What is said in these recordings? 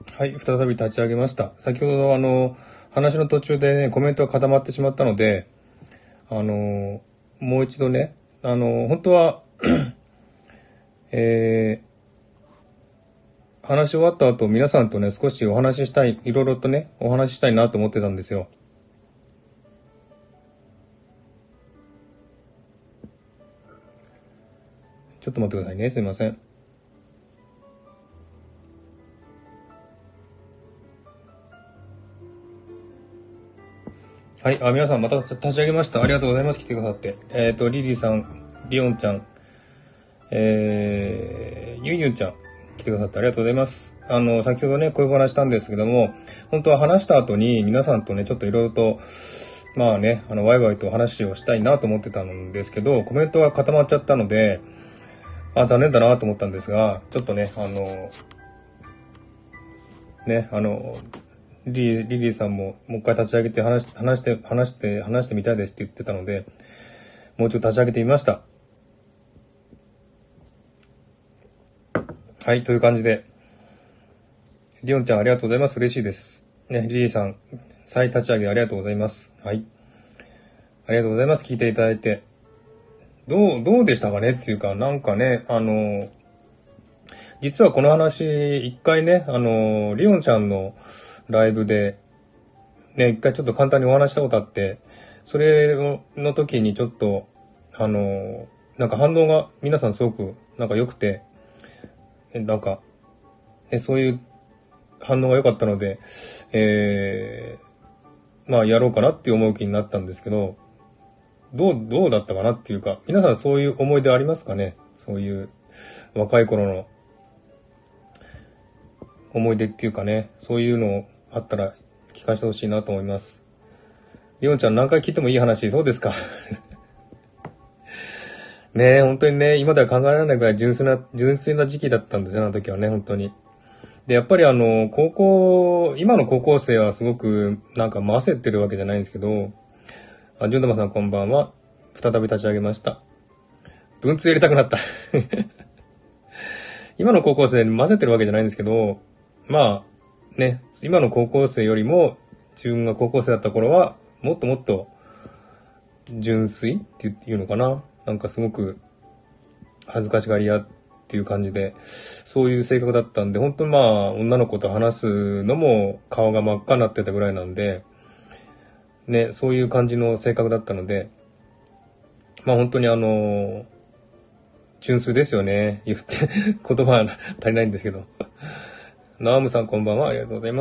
はい、再び立ち上げました。先ほど話の途中でね、コメントが固まってしまったので、もう一度ね、本当は、話し終わった後、皆さんとね、少しお話ししたい、いろいろとね、お話ししたいなと思ってたんですよ。ちょっと待ってくださいね、すいません。はい、皆さんまた立ち上げました。ありがとうございます。来てくださって。リリーさん、リオンちゃん、ユンユンちゃん、来てくださってありがとうございます。先ほどね、こういうお話したんですけども、本当は話した後に皆さんとね、ちょっといろいろと、まあね、ワイワイと話をしたいなと思ってたんですけど、コメントが固まっちゃったので、残念だなと思ったんですが、ちょっとね、リリーさんももう一回立ち上げて話してみたいですって言ってたので、もうちょっと立ち上げてみました。はい、という感じで。リオンちゃんありがとうございます。嬉しいです。ね、リリーさん、再立ち上げありがとうございます。はい。ありがとうございます。聞いていただいて。どうでしたかねっていうか、なんかね、実はこの話、一回ね、リオンちゃんのライブで、ね、一回ちょっと簡単にお話したことあって、それの時にちょっと、なんか反応が皆さんすごくなんか良くて、なんか、ね、そういう反応が良かったので、まあやろうかなっていう思う気になったんですけど、どうだったかなっていうか、皆さんそういう思い出ありますかね？そういう若い頃の思い出っていうかね、そういうのあったら聞かせてほしいなと思います。リオンちゃん何回聞いてもいい話、そうですか。ねえ、本当にね、今では考えられないくらい純粋な時期だったんですよ、あの時はね、本当に。で、やっぱり今の高校生はすごくなんか焦ってるわけじゃないんですけど、ジュンダマさんこんばんは。再び立ち上げました。文通やりたくなった。今の高校生混ぜてるわけじゃないんですけど、まあ、ね、今の高校生よりも、自分が高校生だった頃は、もっともっと、純粋っていうのかな。なんかすごく、恥ずかしがり屋っていう感じで、そういう性格だったんで、本当にまあ、女の子と話すのも顔が真っ赤になってたぐらいなんで、ね、そういう感じの性格だったので、まあ本当に純粋ですよね。言って言葉は足りないんですけど。ナームさんこんばんは。ありがとうございます。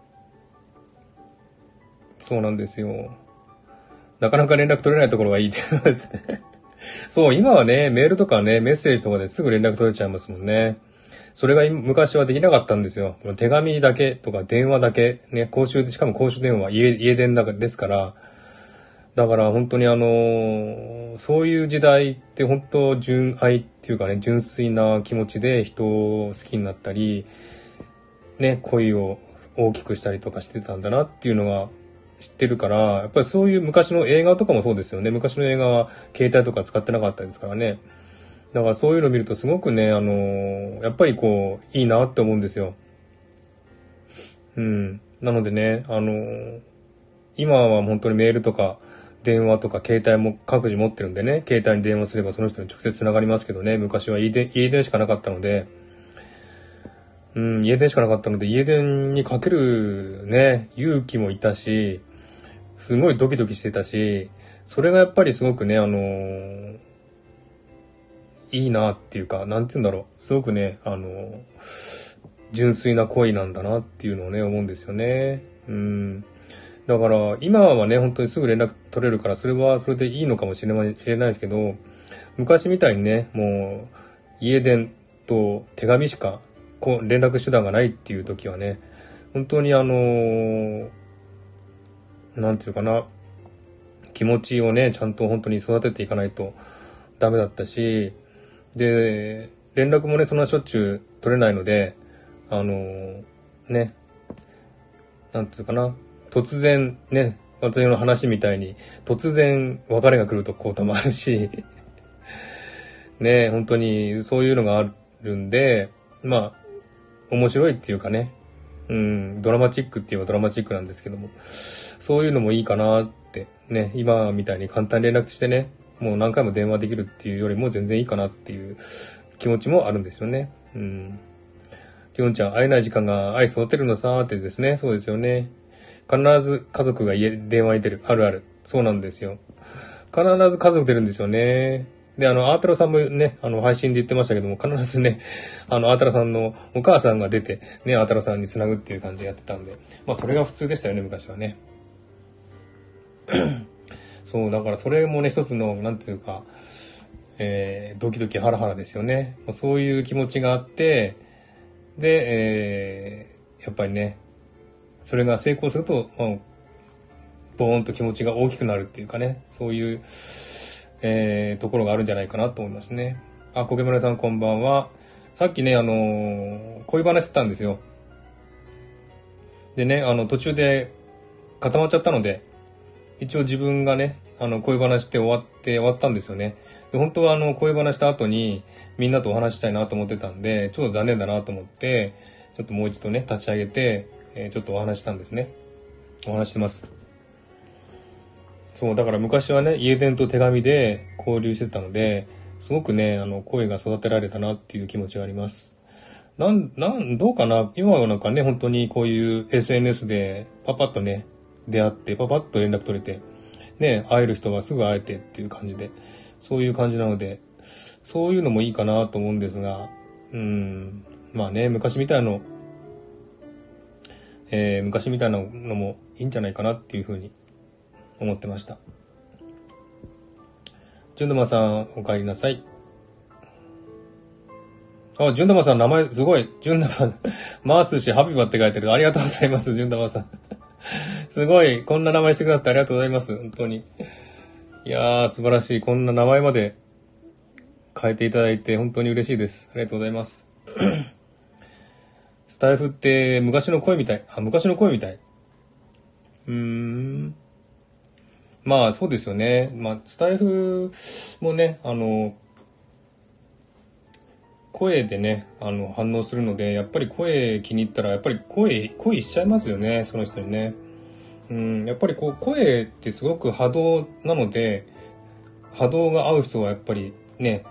そうなんですよ。なかなか連絡取れないところがいいってことですね。そう、今はね、メールとかね、メッセージとかですぐ連絡取れちゃいますもんね。それが昔はできなかったんですよ。手紙だけとか電話だけ、ね、しかも公衆電話、家電ですから、だから本当にそういう時代って本当純愛っていうかね、純粋な気持ちで人を好きになったり、ね、恋を大きくしたりとかしてたんだなっていうのが知ってるから、やっぱりそういう昔の映画とかもそうですよね。昔の映画は携帯とか使ってなかったですからね。だからそういうのを見るとすごくね、やっぱりこう、いいなって思うんですよ。うん。なのでね、今は本当にメールとか電話とか携帯も各自持ってるんでね、携帯に電話すればその人に直接繋がりますけどね、昔は家電しかなかったので、うん、家電しかなかったので、家電にかけるね、勇気もいたし、すごいドキドキしてたし、それがやっぱりすごくね、いいなっていうか、なんて言うんだろう。すごくね、純粋な恋なんだなっていうのをね、思うんですよね。うん。だから、今はね、本当にすぐ連絡取れるから、それはそれでいいのかもしれないですけど、昔みたいにね、もう、家電と手紙しか、連絡手段がないっていう時はね、本当になんていうかな、気持ちをね、ちゃんと本当に育てていかないとダメだったし、で、連絡もね、そんなしょっちゅう取れないので、ね、なんていうかな、突然ね、私の話みたいに、突然別れが来るとこうもあるし、ね、本当にそういうのがあるんで、まあ、面白いっていうかね、 ドラマチックって言えばドラマチックなんですけども、そういうのもいいかなってね、今みたいに簡単に連絡してね、もう何回も電話できるっていうよりも全然いいかなっていう気持ちもあるんですよね。りょんちゃん、会えない時間が愛育てるのさーってですね、そうですよね。必ず家族が電話に出る。あるある。そうなんですよ。必ず家族出るんですよね。で、アートラさんもね、配信で言ってましたけども、必ずね、アートラさんのお母さんが出て、ね、アートラさんに繋ぐっていう感じでやってたんで、まあ、それが普通でしたよね、昔はね。そう、だからそれもね、一つの、なんていうか、ドキドキハラハラですよね。そういう気持ちがあって、で、やっぱりね、それが成功すると、ボーンと気持ちが大きくなるっていうかね、そういう、ところがあるんじゃないかなと思いますね。あ、コケムラさんこんばんは。さっきね、恋話してたんですよ。でね、途中で固まっちゃったので、一応自分がね、恋話して終わったんですよね。で、本当は恋話した後にみんなとお話したいなと思ってたんで、ちょっと残念だなと思って、ちょっともう一度ね、立ち上げて、ちょっとお話したんですね。お話してます。そう、だから昔はね、家電と手紙で交流してたので、すごくね、声が育てられたなっていう気持ちがあります。どうかな今はなんかね、本当にこういう SNS でパパッとね、出会って、パパッと連絡取れて、ね、会える人はすぐ会えてっていう感じで、そういう感じなので、そういうのもいいかなと思うんですが、まあね、昔みたいなのもいいんじゃないかなっていうふうに思ってました。ジュンドマさん、お帰りなさい。あ、ジュンダマさん名前すごい。ジュンダマ、マース氏ハピバって書いてる。ありがとうございます、ジュンダマさん。すごい。こんな名前してくださってありがとうございます。本当に。いやー、素晴らしい。こんな名前まで変えていただいて本当に嬉しいです。ありがとうございます。スタイフって昔の声みたい。昔の声みたい。まあ、そうですよね。まあ、スタイフもね、声でね、反応するので、やっぱり声気に入ったら、やっぱり恋しちゃいますよね、その人にね。やっぱりこう、声ってすごく波動なので、波動が合う人はやっぱりね、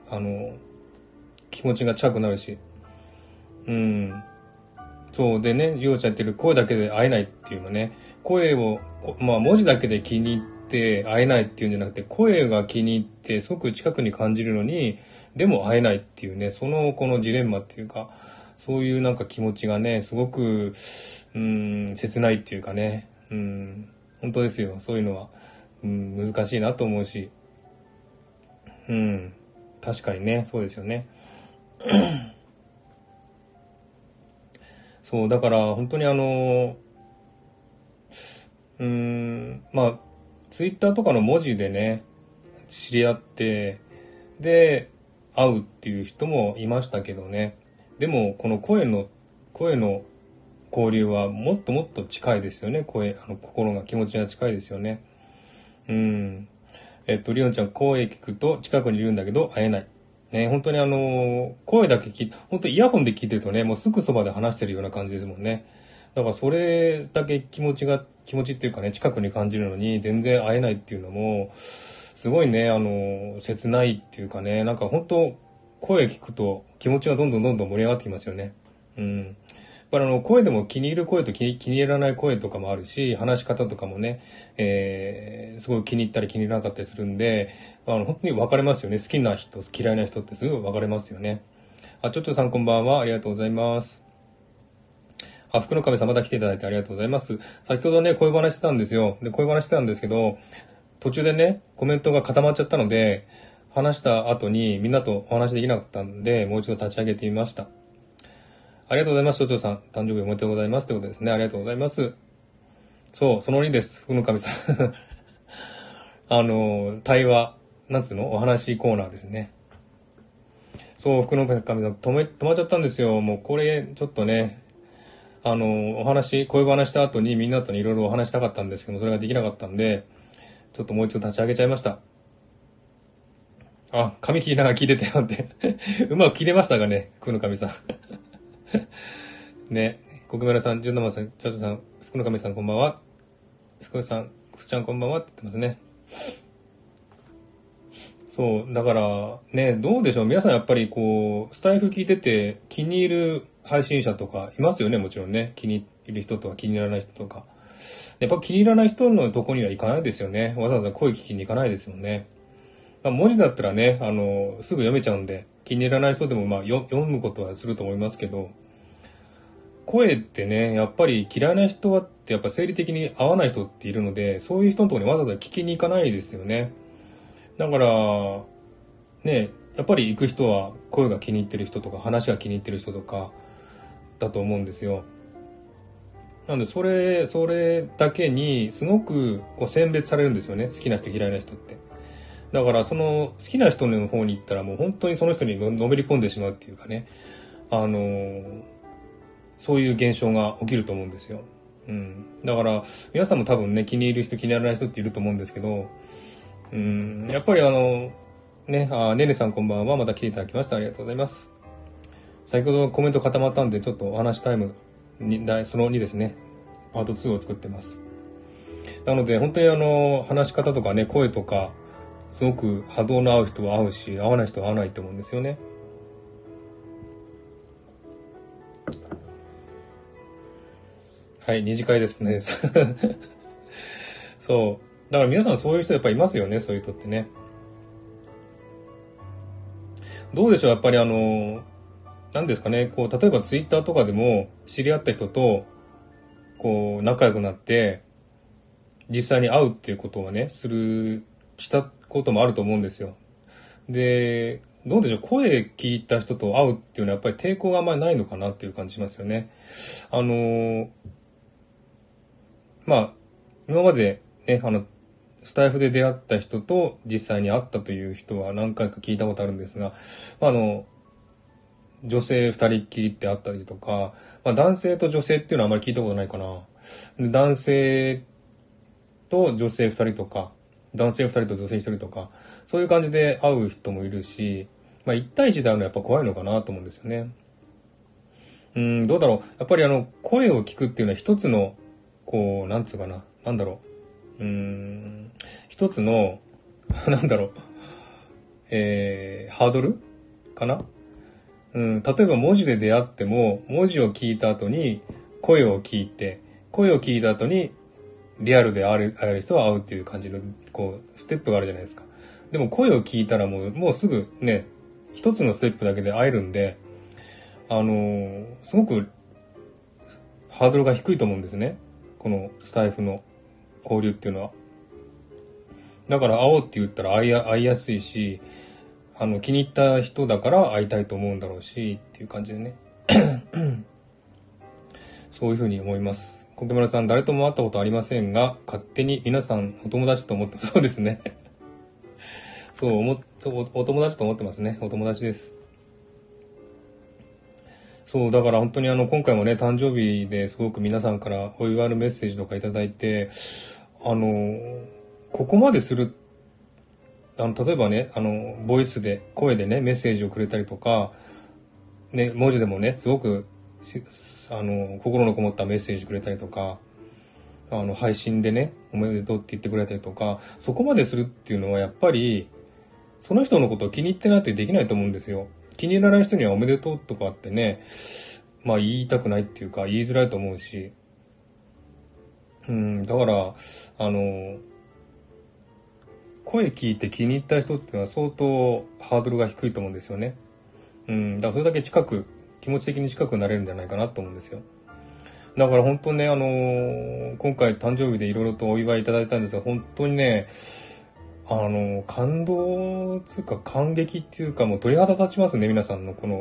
気持ちが近くなるし。そうでね、ようちゃん言ってる声だけで会えないっていうのね、声を、まあ文字だけで気に入って会えないっていうんじゃなくて、声が気に入ってすごく近くに感じるのに、でも会えないっていうね、このジレンマっていうか、そういうなんか気持ちがね、すごく、切ないっていうかね、本当ですよ、そういうのは、難しいなと思うし、確かにね、そうですよね。そう、だから本当にまあ、ツイッターとかの文字でね、知り合って、で、会うっていう人もいましたけどね。でも、この声の交流はもっともっと近いですよね。心が気持ちが近いですよね。リオンちゃん、声聞くと近くにいるんだけど会えない。ね、本当に声だけ本当イヤホンで聞いてるとね、もうすぐそばで話してるような感じですもんね。だからそれだけ気持ちっていうかね、近くに感じるのに全然会えないっていうのも、すごいね、切ないっていうかね、なんか本当声聞くと気持ちがどんどん盛り上がってきますよね。やっぱり声でも気に入る声と気に入らない声とかもあるし、話し方とかもね、すごい気に入ったり気に入らなかったりするんで、本当に分かれますよね。好きな人、嫌いな人ってすごい分かれますよね。あ、ちょっちょさんこんばんは。ありがとうございます。あ、福の神さんまた来ていただいてありがとうございます。先ほどね、恋話してたんですよ。で、恋話してたんですけど、途中でね、コメントが固まっちゃったので、話した後にみんなとお話できなかったんで、もう一度立ち上げてみました。ありがとうございます、町長さん。誕生日おめでとうございます。ということですね。ありがとうございます。そう、その2です。福の神さん。対話、なんつうのお話コーナーですね。そう、福の神さん止まっちゃったんですよ。もうこれ、ちょっとね、恋話した後にみんなといろいろお話したかったんですけど、それができなかったんで、ちょっともう一度立ち上げちゃいました。あ、髪切りながら聞いてたよって。うまく切れましたがね、福の神さん。ね。 国村さん、純生さん、ちょうちょさん、福の神さんこんばんは。福さん、福ちゃんこんばんはって言ってますね。そう、だからね、どうでしょう。皆さんやっぱりこう、スタイフ聞いてて気に入る配信者とかいますよね、もちろんね。気に入る人とか気に入らない人とか。やっぱ気に入らない人のとこには行かないですよね。わざわざ声聞きに行かないですよね。まあ、文字だったらね、すぐ読めちゃうんで、気に入らない人でもまあ読むことはすると思いますけど、声ってね、やっぱり嫌いな人はってやっぱ生理的に合わない人っているので、そういう人のところにわざわざ聞きに行かないですよね。だから、ね、やっぱり行く人は声が気に入ってる人とか話が気に入ってる人とかだと思うんですよ。なんでそれだけにすごくこう選別されるんですよね。好きな人嫌いな人って。だからその好きな人の方に行ったらもう本当にその人にのめり込んでしまうっていうかね。そういう現象が起きると思うんですよ。うん。だから皆さんも多分ね、気に入る人気に入らない人っていると思うんですけど、やっぱりねねさんこんばんは。また来ていただきました。ありがとうございます。先ほどコメント固まったんで、ちょっとお話タイムに、その2ですね。パート2を作ってます。なので、本当に話し方とかね、声とか、すごく波動の合う人は合うし、合わない人は合わないと思うんですよね。はい、二次会ですね。そう。だから皆さんそういう人やっぱいますよね、そういう人ってね。どうでしょう、やっぱり何ですかね、こう、例えばツイッターとかでも知り合った人と、こう、仲良くなって、実際に会うっていうことはね、したこともあると思うんですよ。で、どうでしょう、声聞いた人と会うっていうのはやっぱり抵抗があんまりないのかなっていう感じしますよね。まあ、今までね、スタイフで出会った人と実際に会ったという人は何回か聞いたことあるんですが、女性二人っきりってあったりとか、男性と女性っていうのはあまり聞いたことないかな。で男性と女性二人とか、男性二人と女性一人とか、そういう感じで会う人もいるし、一対一で会うのはやっぱ怖いのかなと思うんですよね。どうだろう。やっぱり声を聞くっていうのは一つの、こう、なんつうかな。なんだろう。一つの、なんだろう。ハードルかな。例えば文字で出会っても、文字を聞いた後に声を聞いて、声を聞いた後にリアルで会える人は会うっていう感じの、こう、ステップがあるじゃないですか。でも声を聞いたらもうすぐね、一つのステップだけで会えるんで、すごくハードルが低いと思うんですね。このスタイフの交流っていうのは。だから会おうって言ったら会いやすいし、気に入った人だから会いたいと思うんだろうし、っていう感じでね。そういうふうに思います。コケ村さん、誰とも会ったことありませんが、勝手に皆さんお友達と思って、そうですね。お友達と思ってますね。お友達です。そう、だから本当に今回もね、誕生日ですごく皆さんからお祝いのメッセージとかいただいて、ここまでする、例えばね、ボイスで、声でね、メッセージをくれたりとか、ね、文字でもね、すごく、心のこもったメッセージくれたりとか、配信でね、おめでとうって言ってくれたりとか、そこまでするっていうのはやっぱり、その人のことを気に入ってないってできないと思うんですよ。気に入らない人にはおめでとうとかってね、言いたくないっていうか言いづらいと思うし、だから、声聞いて気に入った人っていうのは相当ハードルが低いと思うんですよね。だからそれだけ気持ち的に近くなれるんじゃないかなと思うんですよ。だから本当ね、今回誕生日でいろいろとお祝いいただいたんですが、本当にね、感動っていうか感激っていうかもう鳥肌立ちますね、皆さんのこの、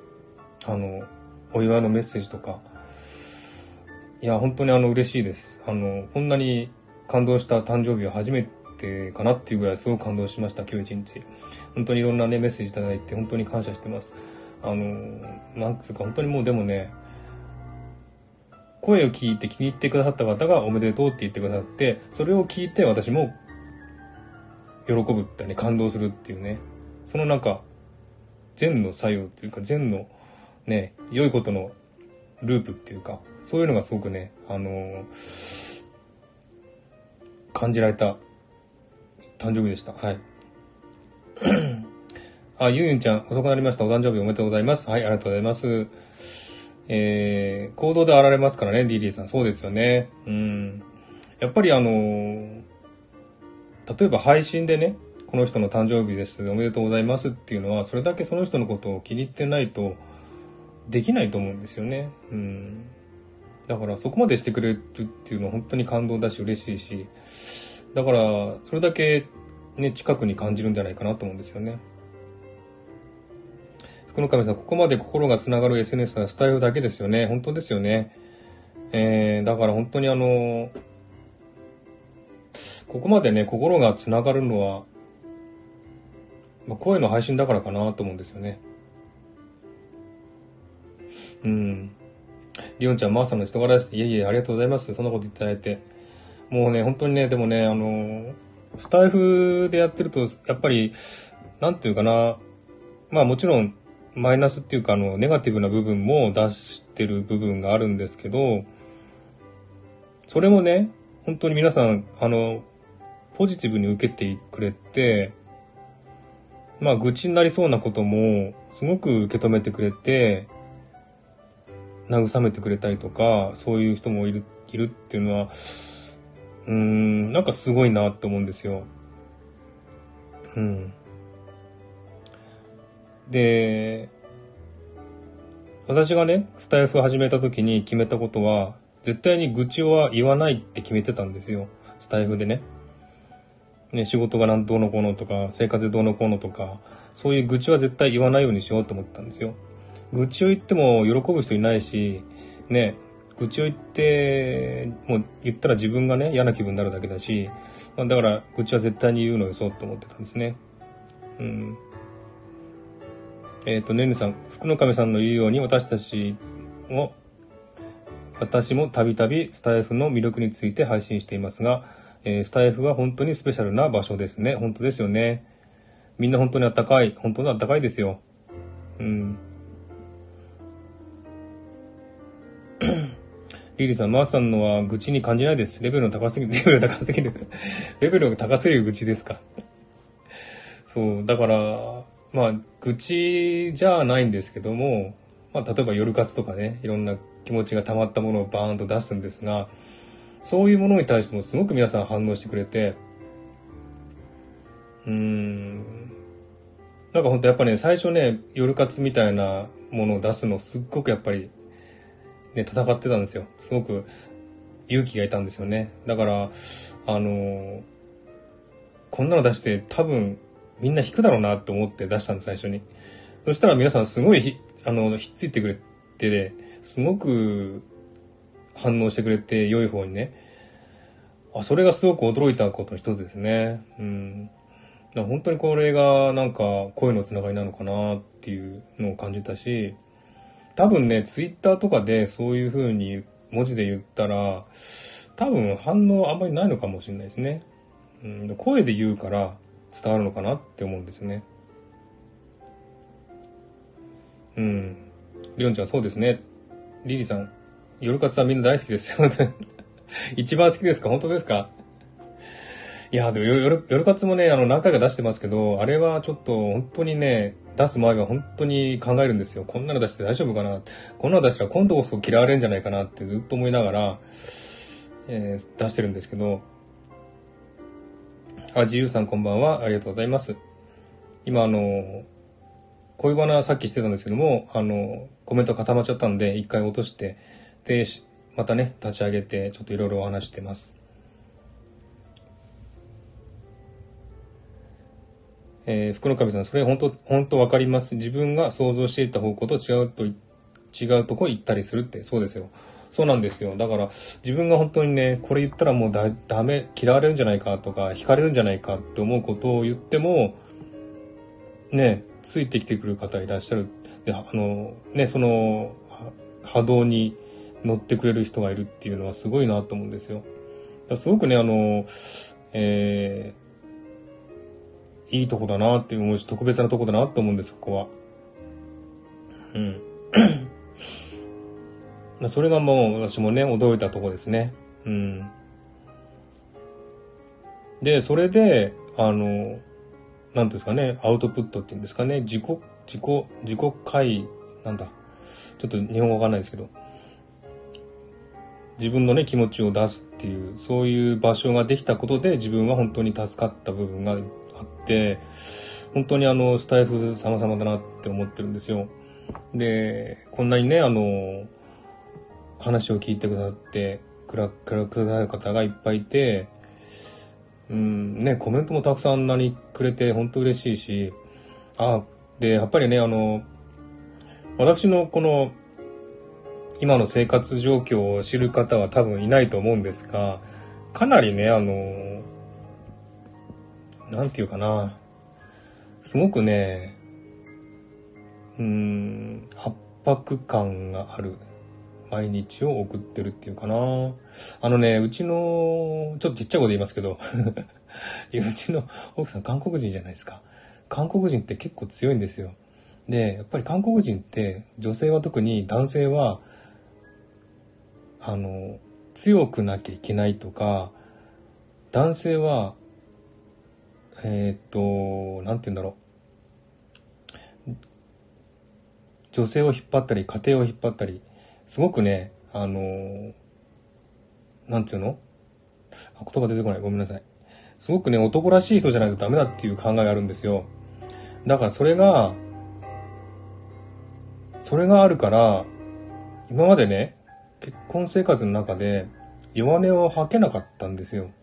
お祝いのメッセージとか。いや、本当に嬉しいです。こんなに感動した誕生日は初めてかなっていうぐらいすごく感動しました、今日一日。本当にいろんなね、メッセージいただいて本当に感謝してます。なんつうか本当にもうでもね、声を聞いて気に入ってくださった方がおめでとうって言ってくださって、それを聞いて私も喜ぶってね、感動するっていうね、その善の作用っていうか善のね、良いことのループっていうか、そういうのがすごくね、感じられた誕生日でした。はい。ゆんゆんちゃん、遅くなりました。お誕生日おめでとうございます。はい、ありがとうございます。行動であられますからね、リリーさん。そうですよね。やっぱり例えば配信でね、この人の誕生日です。おめでとうございますっていうのは、それだけその人のことを気に入ってないと、できないと思うんですよね。だからそこまでしてくれるっていうのは本当に感動だし嬉しいし、だからそれだけね、近くに感じるんじゃないかなと思うんですよね。福の神さん、ここまで心がつながる SNS はスタイルだけですよね。本当ですよね。だから本当にここまでね、心がつながるのは、声の配信だからかなと思うんですよね。リオンちゃん、マーさんの人柄です。いえいえ、ありがとうございます。そんなこと言っていただいて。もうね、本当にね、でもね、スタイフでやってると、やっぱり、なんていうかな、もちろん、マイナスっていうか、ネガティブな部分も出してる部分があるんですけど、それもね、本当に皆さん、ポジティブに受けてくれて、愚痴になりそうなことも、すごく受け止めてくれて、慰めてくれたりとか、そういう人もいるっていうのは、なんかすごいなって思うんですよ。で、私がね、スタイフ始めた時に決めたことは、絶対に愚痴は言わないって決めてたんですよ。スタイフでね。仕事がどうのこうのとか、生活でどうのこうのとか、そういう愚痴は絶対言わないようにしようと思ったんですよ。愚痴を言っても喜ぶ人いないし、ね、愚痴を言って、もう言ったら自分がね、嫌な気分になるだけだし、だから愚痴は絶対に言うのよそうと思ってたんですね。ねるさん、福の神さんの言うように私もたびたびスタイフの魅力について配信していますが、スタイフは本当にスペシャルな場所ですね。本当ですよね。みんな本当にあったかい。本当にあったかいですよ。リリーさん、マーさんのは愚痴に感じないです。レベルの高すぎる。レベルが高すぎる。レベルが高すぎる愚痴ですか。そう、だから、愚痴じゃないんですけども、例えば夜活とかね、いろんな気持ちが溜まったものをバーンと出すんですが、そういうものに対してもすごく皆さん反応してくれて、なんか本当やっぱね、最初ね、夜活みたいなものを出すのすっごくやっぱり、ね、戦ってたんですよ。すごく勇気がいたんですよね。だから、こんなの出して多分みんな引くだろうなと思って出したんです、最初に。そしたら皆さんすごいひっついてくれて、すごく反応してくれて、良い方にね。それがすごく驚いたことの一つですね。本当にこれがなんか声のつながりなのかなっていうのを感じたし、多分ね、ツイッターとかでそういう風に文字で言ったら、多分反応あんまりないのかもしれないですね。声で言うから伝わるのかなって思うんですよね。りょんちゃんそうですね。リリーさん、夜活はみんな大好きですよ。一番好きですか？本当ですか？いや、でも夜活もね、何回か出してますけど、あれはちょっと本当にね、出す前は本当に考えるんですよ。こんなの出して大丈夫かな？こんなの出したら今度こそ嫌われるんじゃないかなってずっと思いながら、出してるんですけど、自由さんこんばんは。ありがとうございます。今恋バナさっきしてたんですけども、コメント固まっちゃったんで、一回落として、で、またね、立ち上げて、ちょっといろいろお話してます。福の神さん、それ本当わかります。自分が想像していた方向と違うとこ行ったりするって、そうですよ。そうなんですよ。だから、自分が本当にね、これ言ったらもうダメ、嫌われるんじゃないかとか、惹かれるんじゃないかって思うことを言っても、ね、ついてきてくる方いらっしゃる。で、その波動に乗ってくれる人がいるっていうのはすごいなと思うんですよ。だからすごくね、いいとこだなって思うし、特別なとこだなと思うんです、ここは。 それがもう私もね、驚いたとこですね。うん。で、それで、なんていうんですかね、アウトプットっていうんですかね、自己解、なんだ。ちょっと日本語わかんないですけど、自分のね、気持ちを出すっていう、そういう場所ができたことで自分は本当に助かった部分があって、本当にスタイフ様々だなって思ってるんですよ。で、こんなにね、話を聞いてくださって、くださる方がいっぱいいて、ね、コメントもたくさんあんなにくれて、本当嬉しいし、で、やっぱりね、私のこの、今の生活状況を知る方は多分いないと思うんですが、かなりね、なんていうかな、すごくね、圧迫感がある毎日を送ってるっていうかな。うちの、ちょっとちっちゃいこと言いますけど、うちの奥さん韓国人じゃないですか。韓国人って結構強いんですよ。で、やっぱり韓国人って女性は特に男性は、強くなきゃいけないとか、男性は、なんて言うんだろう。女性を引っ張ったり、家庭を引っ張ったり、すごくね、なんていうの？言葉出てこない。ごめんなさい。すごくね、男らしい人じゃないとダメだっていう考えがあるんですよ。だからそれがあるから、今までね、結婚生活の中で弱音を吐けなかったんですよ。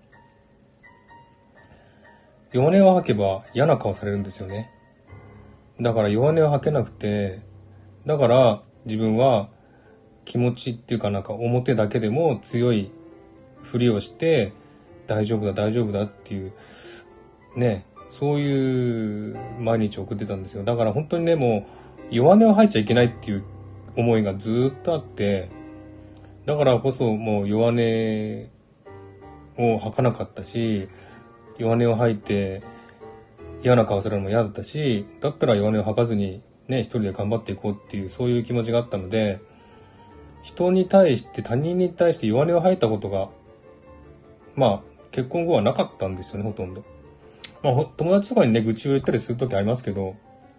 弱音を吐けば嫌な顔されるんですよね。だから弱音を吐けなくて、だから自分は気持ちっていうかなんか表だけでも強いふりをして大丈夫だ大丈夫だっていうね、そういう毎日を送ってたんですよ。だから本当にね、もう弱音を吐いちゃいけないっていう思いがずっとあって、だからこそもう弱音を吐かなかったし、弱音を吐いて嫌な顔するのも嫌だったし、だったら弱音を吐かずにね、一人で頑張っていこうっていうそういう気持ちがあったので、人に対して他人に対して弱音を吐いたことが結婚後はなかったんですよね、ほとんど。友達とかにね、愚痴を言ったりするときありますけど、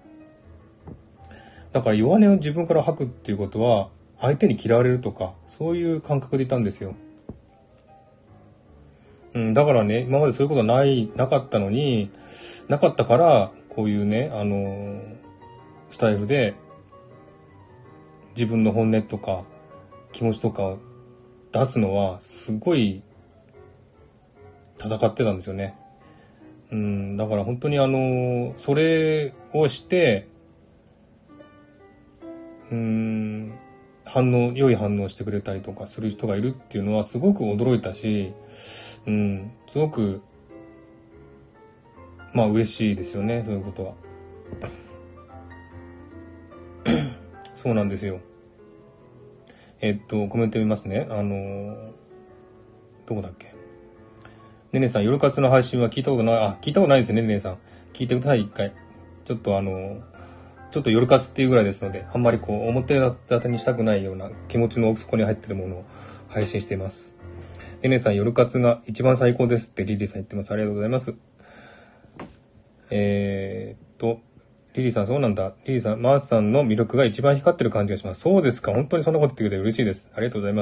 だから弱音を自分から吐くっていうことは、相手に嫌われるとか、そういう感覚でいたんですよ。だからね、今までそういうことなかったのに、なかったから、こういうね、スタイフで、自分の本音とか、気持ちとかを出すのは、すごい、戦ってたんですよね。だから本当にそれをして、良い反応をしてくれたりとかする人がいるっていうのはすごく驚いたし、すごく、嬉しいですよね、そういうことは。そうなんですよ。コメント見ますね。どこだっけ。ねねさん、夜活の配信は聞いたことない。聞いたことないですね、ねねさん。聞いてください、一回。ちょっと夜活っていうぐらいですので、あんまり表立てにしたくないような気持ちの奥底に入ってるものを配信しています。ねねさん、夜活が一番最高ですってリリーさん言ってます。ありがとうございます。リリーさん、そうなんだ。リリーさん、マースさんの魅力が一番光ってる感じがします。そうですか。本当にそんなこと言ってくれて嬉しいです。ありがとうございます。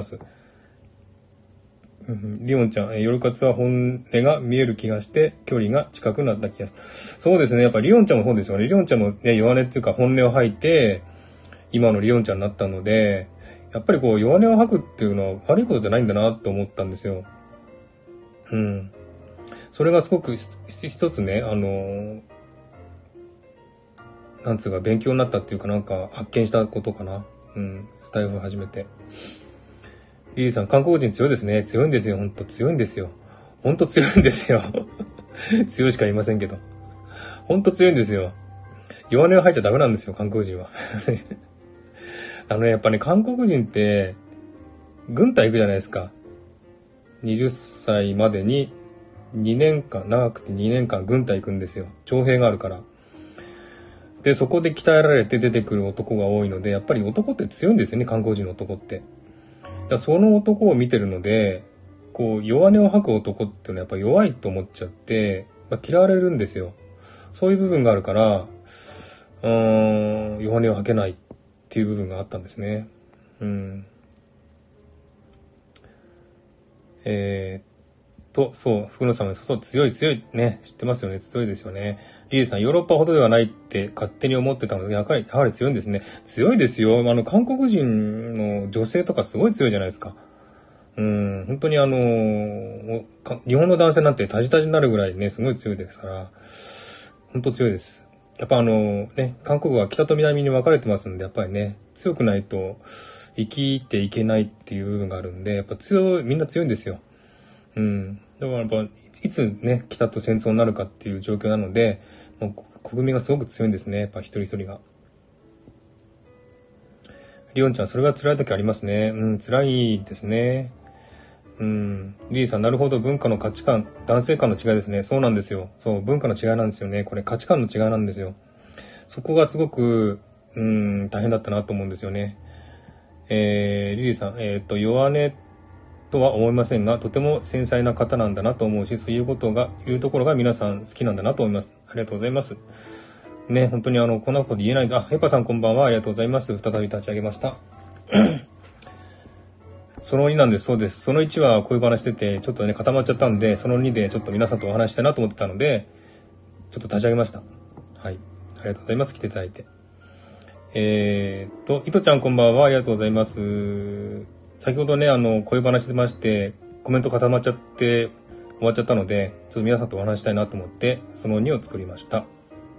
リオンちゃん、夜活は本音が見える気がして、距離が近くなった気がする。そうですね。やっぱリオンちゃんもそうですよね。リオンちゃんもね、弱音っていうか本音を吐いて、今のリオンちゃんになったので、やっぱり弱音を吐くっていうのは悪いことじゃないんだなって思ったんですよ。それがすごく一つね、なんつうか勉強になったっていうかなんか発見したことかな。スタイフ始めて。リリーさん、韓国人強いですね。強いんですよ。ほんと強いんですよ。ほんと強いんですよ。強いしか言いませんけど。ほんと強いんですよ。弱音を吐いちゃダメなんですよ、韓国人は。やっぱね、韓国人って、軍隊行くじゃないですか。20歳までに2年間、長くて2年間軍隊行くんですよ。徴兵があるから。で、そこで鍛えられて出てくる男が多いので、やっぱり男って強いんですよね、韓国人の男って。 だその男を見てるので、こう、弱音を吐く男っていうのはやっぱ弱いと思っちゃって、嫌われるんですよ。そういう部分があるから、弱音を吐けないっていう部分があったんですね。そう、福野さんもそう、強いね、知ってますよね、強いですよね。リリーさん、ヨーロッパほどではないって勝手に思ってたので、やはり強いんですね。強いですよ。韓国人の女性とかすごい強いじゃないですか。本当に日本の男性なんてタジタジになるぐらいね、すごい強いですから、本当強いです。やっぱ韓国は北と南に分かれてますんで、やっぱりね、強くないと生きていけないっていう部分があるんで、やっぱみんな強いんですよ。だからやっぱ、いつね、北と戦争になるかっていう状況なので、もう国民がすごく強いんですね。やっぱ一人一人が。リオンちゃん、それが辛い時ありますね。辛いですね。リリーさん、なるほど、文化の価値観、男性間の違いですね。そうなんですよ。そう、文化の違いなんですよね。これ価値観の違いなんですよ。そこがすごく、大変だったなと思うんですよね。リリーさん、弱音とは思いませんが、とても繊細な方なんだなと思うし、そういうところが皆さん好きなんだなと思います。ありがとうございます。ね、本当にこんなこと言えないヘパさんこんばんは。ありがとうございます。再び立ち上げました。その2なんです。そうです。その1はこういう話してて、ちょっとね、固まっちゃったんで、その2でちょっと皆さんとお話したいなと思ってたので、ちょっと立ち上げました。はい。ありがとうございます。来ていただいて。いとちゃんこんばんは。ありがとうございます。先ほどね、こういう話出まして、コメント固まっちゃって終わっちゃったので、ちょっと皆さんとお話したいなと思って、その2を作りました。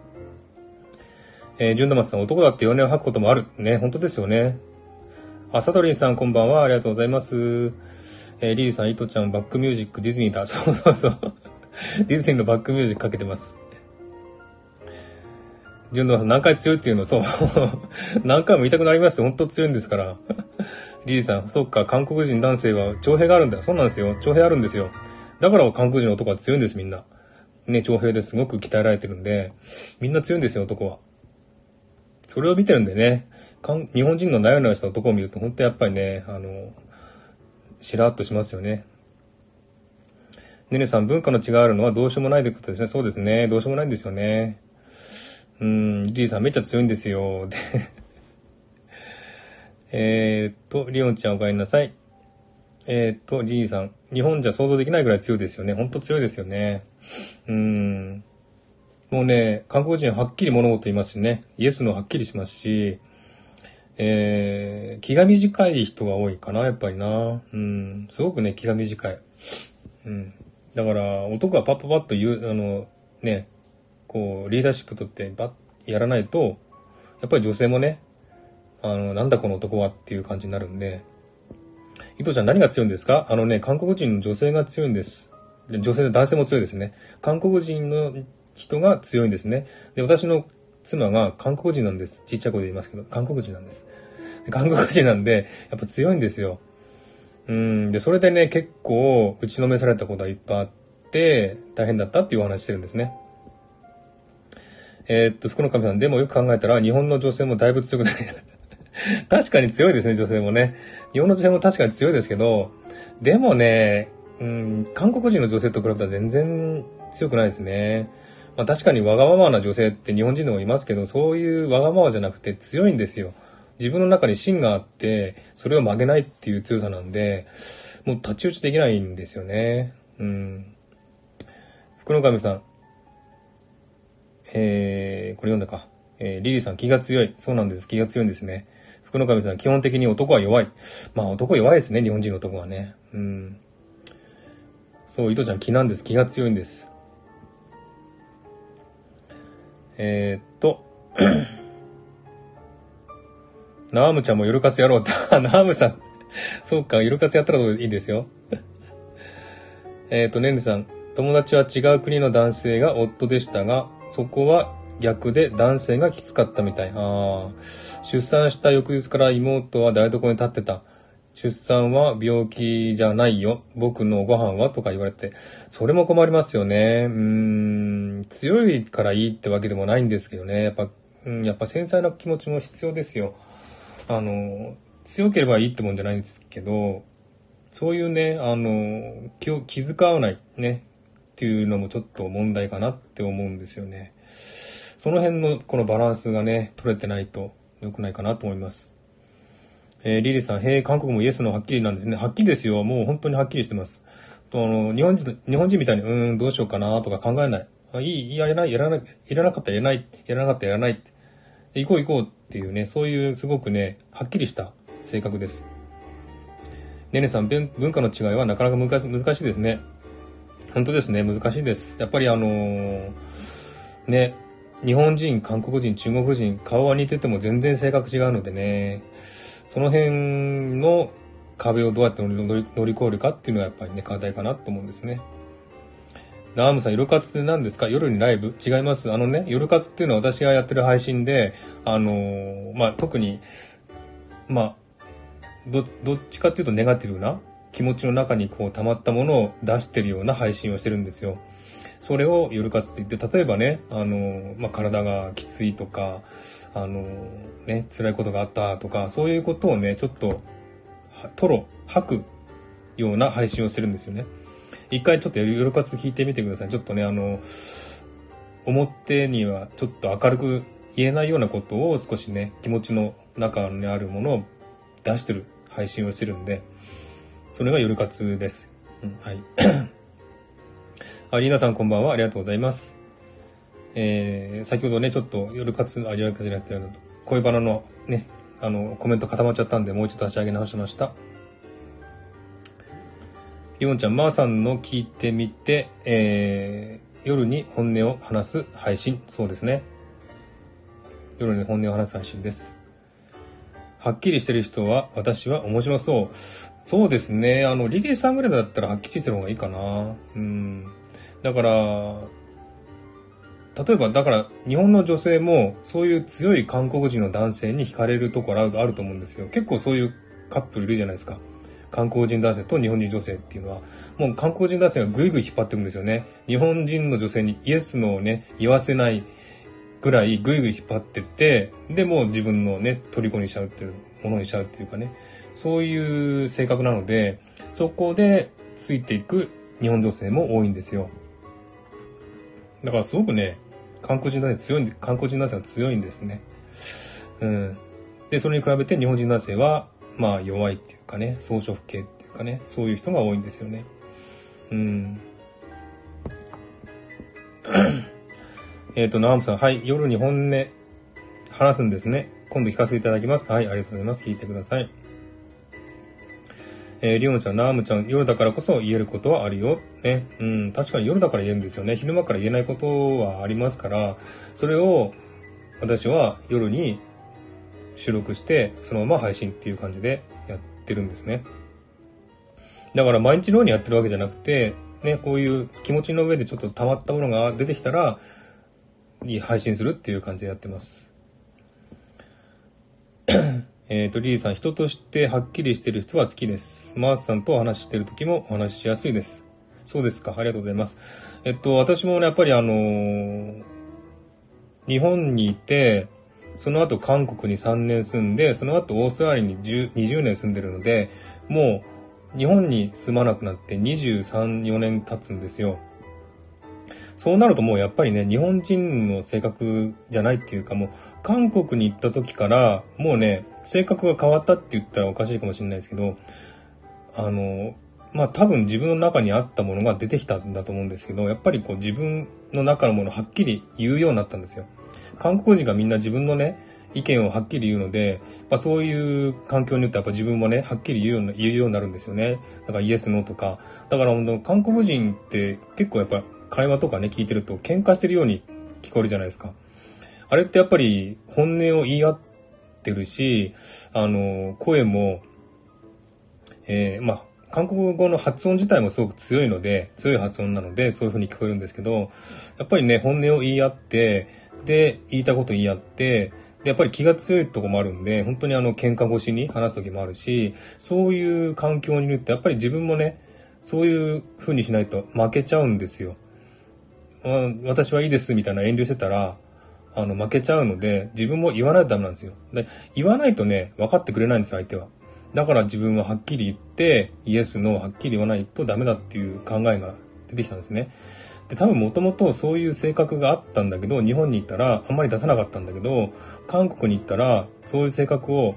ジュンダマスさん、男だって弱音を吐くこともある。ね、本当ですよね。サトリンさんこんばんは。ありがとうございます。リリーさん、イトちゃん、バックミュージック、ディズニーだ。そうそうそう。ディズニーのバックミュージックかけてます。ジュンダマさん、何回強いっていうの、そう。何回も言いたくなりますよ。本当強いんですから。リリーさん、そうか、韓国人男性は徴兵があるんだ。そうなんですよ。徴兵あるんですよ。だから韓国人の男は強いんです、みんな。ね、徴兵ですごく鍛えられてるんで、みんな強いんですよ、男は。それを見てるんでね、日本人のなよなよした男を見ると、本当やっぱりね、しらっとしますよね。ねねさん、文化の違いあるのはどうしようもないということですね。そうですね。どうしようもないんですよね。リリーさんめっちゃ強いんですよ。で、リオンちゃんお帰りなさい。リリーさん、日本じゃ想像できないぐらい強いですよね。ほんと強いですよね。もうね、韓国人ははっきり物事言いますしね。イエスのはっきりしますし、気が短い人が多いかな、やっぱりな。すごくね、気が短い。だから、男がパッパッと言う、ね、こう、リーダーシップ取ってやらないと、やっぱり女性もね、なんだこの男はっていう感じになるんで、伊藤ちゃん何が強いんですか？韓国人の女性が強いんです。男性も強いですね。韓国人の人が強いんですね。で、私の妻が韓国人なんです。ちっちゃい声で言いますけど、韓国人なんです。韓国人なんで、やっぱ強いんですよ。で、それでね、結構、打ちのめされたことはいっぱいあって、大変だったっていうお話してるんですね。福の神さん、でもよく考えたら、日本の女性もだいぶ強くなり確かに強いですね、女性もね。日本の女性も確かに強いですけど、でもね、韓国人の女性と比べたら全然強くないですね。確かにわがままな女性って日本人でもいますけど、そういうわがままじゃなくて強いんですよ。自分の中に芯があって、それを曲げないっていう強さなんで、もう太刀打ちできないんですよね。福の神さん、これ読んだか。リリーさん、気が強い。そうなんです。気が強いんですね。福の神さん、基本的に男は弱い。男弱いですね、日本人の男はね。そう、伊藤ちゃん、気なんです。気が強いんです。ナームちゃんも夜活やろうって。ナームさん。そうか、夜活やったらいいですよ。ねねさん。友達は違う国の男性が夫でしたが、そこは逆で男性がきつかったみたい。出産した翌日から妹は台所に立ってた。出産は病気じゃないよ。僕のご飯はとか言われて。それも困りますよね。強いからいいってわけでもないんですけどね。やっぱ繊細な気持ちも必要ですよ。 強ければいいってもんじゃないんですけど、そういうね、気遣わないね、っていうのもちょっと問題かなって思うんですよね。その辺のこのバランスがね、取れてないと良くないかなと思います。リリーさん、韓国もイエスのはっきりなんですね。はっきりですよ。もう本当にはっきりしてます。日本人みたいに、どうしようかなとか考えない。やらない、やらなかったらやらない、やらなかったらやらないって。行こう行こうっていうね、そういうすごくね、はっきりした性格です。ねねさん、文化の違いはなかなか難しいですね。本当ですね、難しいです。やっぱりね、日本人、韓国人、中国人、顔は似てても全然性格違うのでね、その辺の壁をどうやって乗り越えるかっていうのはやっぱりね、課題かなと思うんですね。ナームさん、夜活って何ですか？夜にライブ？違います。夜活っていうのは私がやってる配信で、特に、どっちかっていうとネガティブな気持ちの中にこう溜まったものを出してるような配信をしてるんですよ。それを夜活って言って、例えばね、体がきついとか、辛いことがあったとか、そういうことをね、ちょっと、吐くような配信をしてるんですよね。一回ちょっと夜活聞いてみてください。ちょっとね、表にはちょっと明るく言えないようなことを少しね、気持ちの中にあるものを出してる配信をしてるんで、それが夜活です。はい。リーナさんこんばんは。ありがとうございます。先ほどね、ちょっと夜活じゃなくて、恋バナのね、コメント固まっちゃったんで、もう一度立ち上げ直しました。ヨンちゃん、まーさんの聞いてみて、夜に本音を話す配信。そうですね。夜に本音を話す配信です。はっきりしてる人は、私は面白そう。そうですね。リリーさんぐらいだったらはっきりしてる方がいいかな。だから、例えば、日本の女性も、そういう強い韓国人の男性に惹かれるところあると思うんですよ。結構そういうカップルいるじゃないですか。韓国人男性と日本人女性っていうのは、もう韓国人男性がぐいぐい引っ張ってるんですよね。日本人の女性にイエスのをね、言わせないぐらいぐいぐい引っ張ってって、で、もう自分のね、虜にしちゃうっていう、ものにしちゃうっていうかね、そういう性格なので、そこでついていく日本女性も多いんですよ。だからすごくね、韓国人男性は強いんですね。で、それに比べて日本人男性は、弱いっていうかね、草食系っていうかね、そういう人が多いんですよね。ナームさん、はい、夜に本音話すんですね。今度聞かせていただきます。はい、ありがとうございます。聞いてください。リオンちゃん、ナームちゃん、夜だからこそ言えることはあるよ。ね。確かに夜だから言えるんですよね。昼間から言えないことはありますから、それを私は夜に収録して、そのまま配信っていう感じでやってるんですね。だから毎日のようにやってるわけじゃなくて、ね、こういう気持ちの上でちょっと溜まったものが出てきたら、配信するっていう感じでやってます。リリーさん、人としてはっきりしてる人は好きです。マースさんとお話ししてる時もお話ししやすいです。そうですか。ありがとうございます。私もね、やっぱり日本にいて、その後韓国に3年住んで、その後オーストラリアに20年住んでるので、もう日本に住まなくなって23、4年経つんですよ。そうなるともうやっぱりね、日本人の性格じゃないっていうか、もう韓国に行った時からもうね、性格が変わったって言ったらおかしいかもしれないですけど、多分自分の中にあったものが出てきたんだと思うんですけど、やっぱりこう自分の中のものをはっきり言うようになったんですよ。韓国人がみんな自分のね、意見をはっきり言うので、そういう環境によってやっぱ自分もね、はっきり言うようになるんですよね。だからイエス、ノーとか。だから本当韓国人って結構やっぱ会話とかね、聞いてると喧嘩してるように聞こえるじゃないですか。あれってやっぱり本音を言い合ってるし、声も、韓国語の発音自体もすごく強い発音なので、そういう風に聞こえるんですけど、やっぱりね、本音を言い合って、で、言いたこと言い合って、で、やっぱり気が強いとこもあるんで、本当に喧嘩越しに話す時もあるし、そういう環境にいると、やっぱり自分もね、そういう風にしないと負けちゃうんですよ。私はいいですみたいな遠慮してたら、 負けちゃうので、自分も言わないとダメなんですよ。で、言わないとね、分かってくれないんですよ、相手は。だから自分ははっきり言って、イエス、ノーはっきり言わないとダメだっていう考えが出てきたんですね。で、多分もともとそういう性格があったんだけど、日本に行ったらあんまり出さなかったんだけど、韓国に行ったら、そういう性格、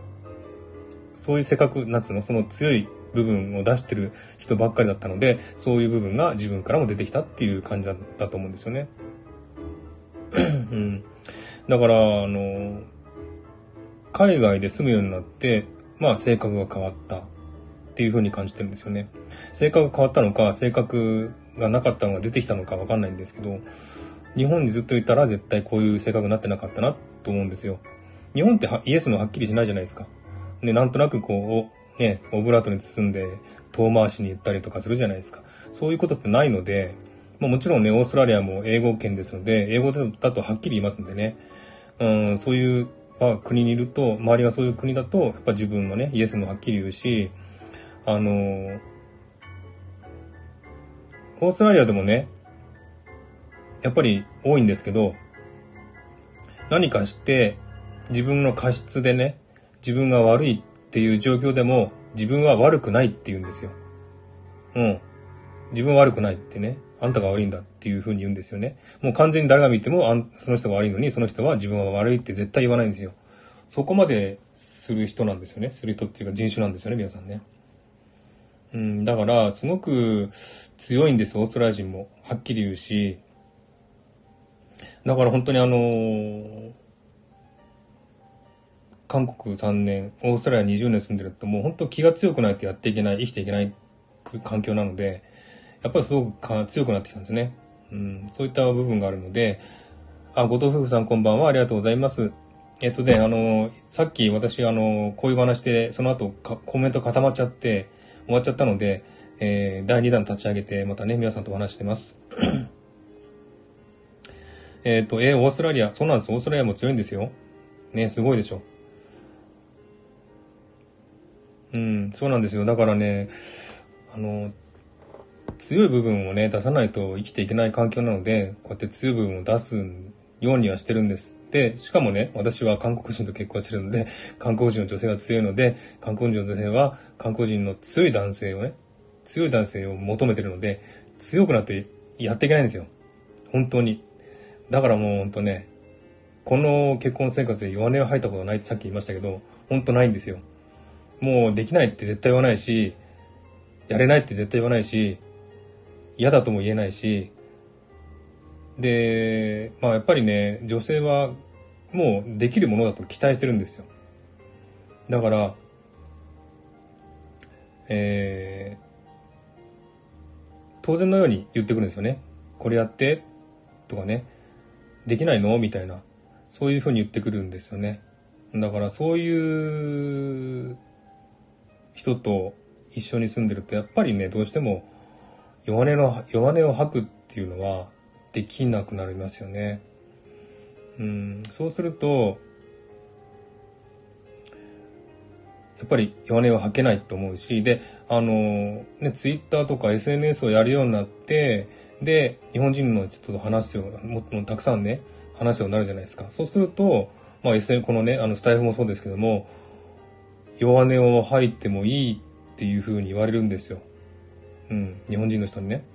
なんつうの、その強い部分を出してる人ばっかりだったので、そういう部分が自分からも出てきたっていう感じだったと思うんですよね。うん。だから、海外で住むようになって、まあ性格が変わったっていう風に感じてるんですよね。性格が変わったのか、性格がなかったのが出てきたのかわかんないんですけど、日本にずっといたら絶対こういう性格になってなかったなと思うんですよ。日本ってイエスのはっきりしないじゃないですか。で、なんとなくこう、ね、オブラートに包んで遠回しに言ったりとかするじゃないですか。そういうことってないので、まあ、もちろんね、オーストラリアも英語圏ですので、英語だとはっきり言いますんでね。そういう、国にいると、周りがそういう国だと、やっぱ自分はね、イエスのはっきり言うし、オーストラリアでもね、やっぱり多いんですけど、何かして自分の過失でね、自分が悪いっていう状況でも自分は悪くないって言うんですよ。うん。自分は悪くないってね。あんたが悪いんだっていう風に言うんですよね。もう完全に誰が見てもその人が悪いのに、その人は自分は悪いって絶対言わないんですよ。そこまでする人なんですよね。する人っていうか人種なんですよね、皆さんね。だから、すごく強いんです、オーストラリア人も。はっきり言うし。だから本当に韓国3年、オーストラリア20年住んでるともう本当気が強くないとやっていけない、生きていけない環境なので、やっぱりすごく強くなってきたんですね。そういった部分があるので、後藤夫婦さんこんばんは、ありがとうございます。さっき私、こういう話で、その後コメント固まっちゃって、終わっちゃったので、第2弾立ち上げて、またね、皆さんとお話してます。オーストラリア、そうなんです、オーストラリアも強いんですよ。ね、すごいでしょ。そうなんですよ。だからね、強い部分をね、出さないと生きていけない環境なので、こうやって強い部分を出すようにはしてるんです。で、しかもね、私は韓国人と結婚してるので、韓国人の女性が強いので、韓国人の女性は韓国人の強い男性を求めてるので、強くなってやっていけないんですよ。本当に。だからもう本当ね、この結婚生活で弱音を吐いたことないってさっき言いましたけど、本当ないんですよ。もうできないって絶対言わないし、やれないって絶対言わないし、嫌だとも言えないし、で、やっぱりね、女性はもうできるものだと期待してるんですよ。だから、当然のように言ってくるんですよね。これやってとかね、できないのみたいな、そういうふうに言ってくるんですよね。だからそういう人と一緒に住んでるとやっぱりね、どうしても弱音を吐くっていうのはできなくなりますよね。そうするとやっぱり弱音は吐けないと思うし、で、ツイッターとか SNS をやるようになって、で、日本人の人と話すような、もっとたくさんね、話すようになるじゃないですか。そうすると、このね、スタイフもそうですけども、弱音を吐いてもいいっていう風に言われるんですよ。日本人の人にね。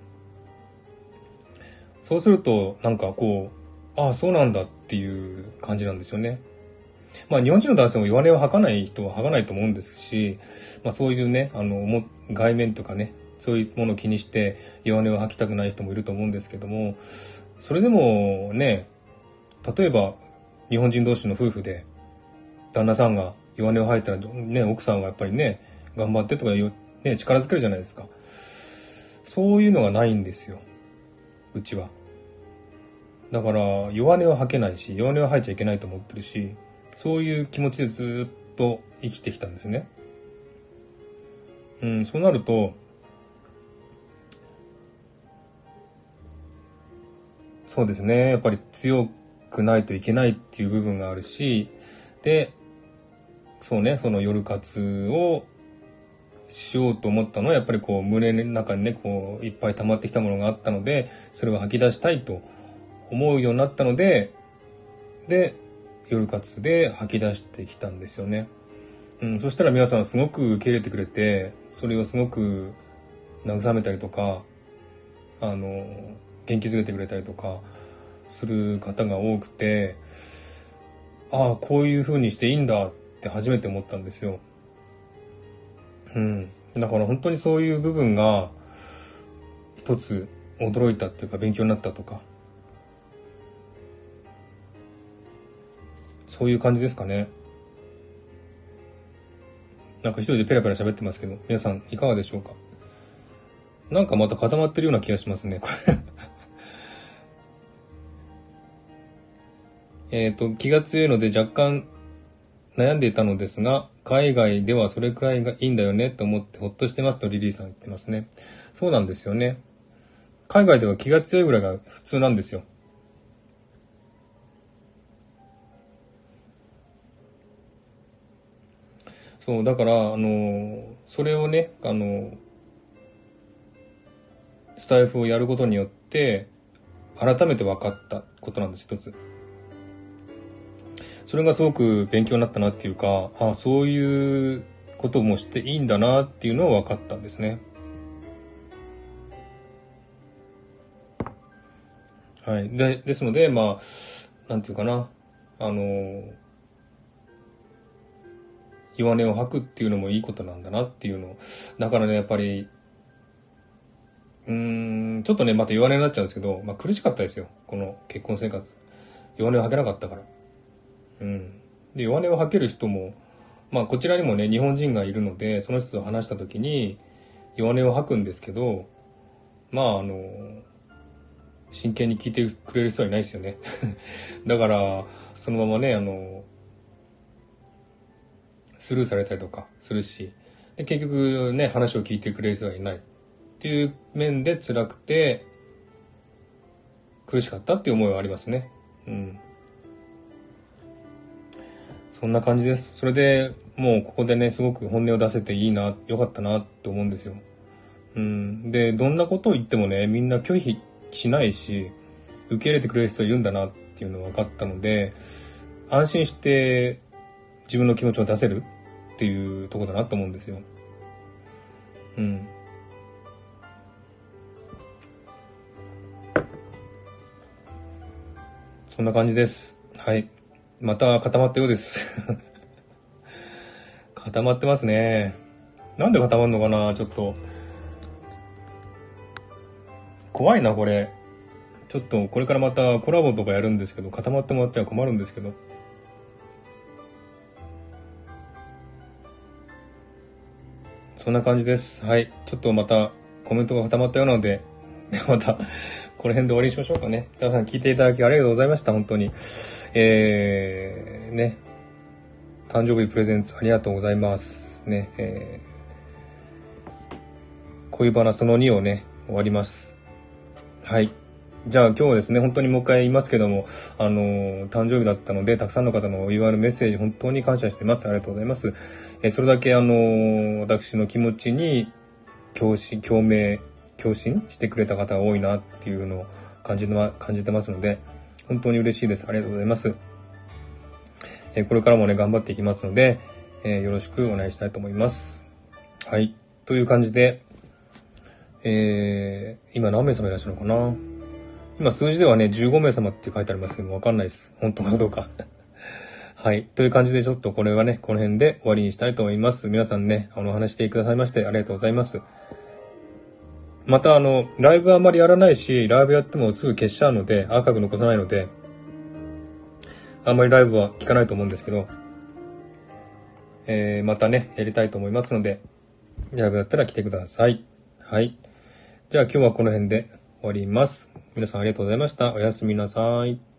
そうすると、なんかこう、ああ、そうなんだっていう感じなんですよね。日本人の男性も弱音を吐かない人は吐かないと思うんですし、そういうね、外面とかね、そういうものを気にして弱音を吐きたくない人もいると思うんですけども、それでもね、例えば日本人同士の夫婦で旦那さんが弱音を吐いたらね、奥さんはやっぱりね、頑張ってとかね、力づけるじゃないですか。そういうのがないんですよ、うちは。だから弱音は吐けないし、弱音は吐いちゃいけないと思ってるし、そういう気持ちでずっと生きてきたんですね。そうなると、そうですね、やっぱり強くないといけないっていう部分があるし、で、そうね、その夜活をしようと思ったのは、やっぱりこう胸の中にね、こういっぱい溜まってきたものがあったので、それを吐き出したいと思うようになったので、 で、夜活で吐き出してきたんですよね。そしたら皆さんすごく受け入れてくれて、それをすごく慰めたりとか、元気づけてくれたりとかする方が多くて、ああ、こういう風にしていいんだって初めて思ったんですよ。だから本当にそういう部分が一つ驚いたっていうか勉強になったとか、そういう感じですかね。なんか一人でペラペラ喋ってますけど、皆さんいかがでしょうか。なんかまた固まってるような気がしますね、これ。気が強いので若干悩んでいたのですが、海外ではそれくらいがいいんだよねと思ってほっとしてますとリリーさん言ってますね。そうなんですよね。海外では気が強いぐらいが普通なんですよ。そう、だから、それをね、スタイフをやることによって、改めて分かったことなんです、一つ。それがすごく勉強になったなっていうか、そういうこともしていいんだなっていうのを分かったんですね。はい。ですので、なんていうかな、弱音を吐くっていうのもいいことなんだなっていうのを。だからね、やっぱり、ちょっとね、また弱音になっちゃうんですけど、苦しかったですよ。この結婚生活。弱音を吐けなかったから。で、弱音を吐ける人も、こちらにもね、日本人がいるので、その人と話した時に、弱音を吐くんですけど、真剣に聞いてくれる人はいないですよね。だから、そのままね、スルーされたりとかするし、で結局ね、話を聞いてくれる人がいないっていう面で辛くて、苦しかったっていう思いはありますね。そんな感じです。それでもうここでね、すごく本音を出せていいな、良かったなって思うんですよ。で、どんなことを言ってもね、みんな拒否しないし、受け入れてくれる人いるんだなっていうのが分かったので、安心して自分の気持ちを出せるっていうところだなと思うんですよ。そんな感じです。はい。また固まったようです。固まってますね。なんで固まるのかな、ちょっと。怖いな、これ。ちょっと、これからまたコラボとかやるんですけど、固まってもらっては困るんですけど。そんな感じです。はい。ちょっとまたコメントが固まったようなので、また、この辺で終わりにしましょうかね。皆さん聞いていただきありがとうございました、本当に。ね。誕生日プレゼンツありがとうございます。ね。恋バナその2をね、終わります。はい。じゃあ今日はですね、本当にもう一回言いますけども、誕生日だったので、たくさんの方のお祝いのメッセージ、本当に感謝しています。ありがとうございます。それだけ私の気持ちに共振してくれた方が多いなっていうのを感じてますので、本当に嬉しいです。ありがとうございます。これからもね、頑張っていきますので、よろしくお願いしたいと思います。はい。という感じで、今何名様いらっしゃるのかな。今数字ではね、15名様って書いてありますけども、わかんないです。本当かどうか。はい。という感じでちょっとこれはね、この辺で終わりにしたいと思います。皆さんね、お話してくださいましてありがとうございます。またライブあんまりやらないし、ライブやってもすぐ消しちゃうので、アーカイブ残さないので、あんまりライブは聞かないと思うんですけど、またね、やりたいと思いますので、ライブやったら来てください。はい。じゃあ今日はこの辺で終わります。皆さんありがとうございました。おやすみなさい。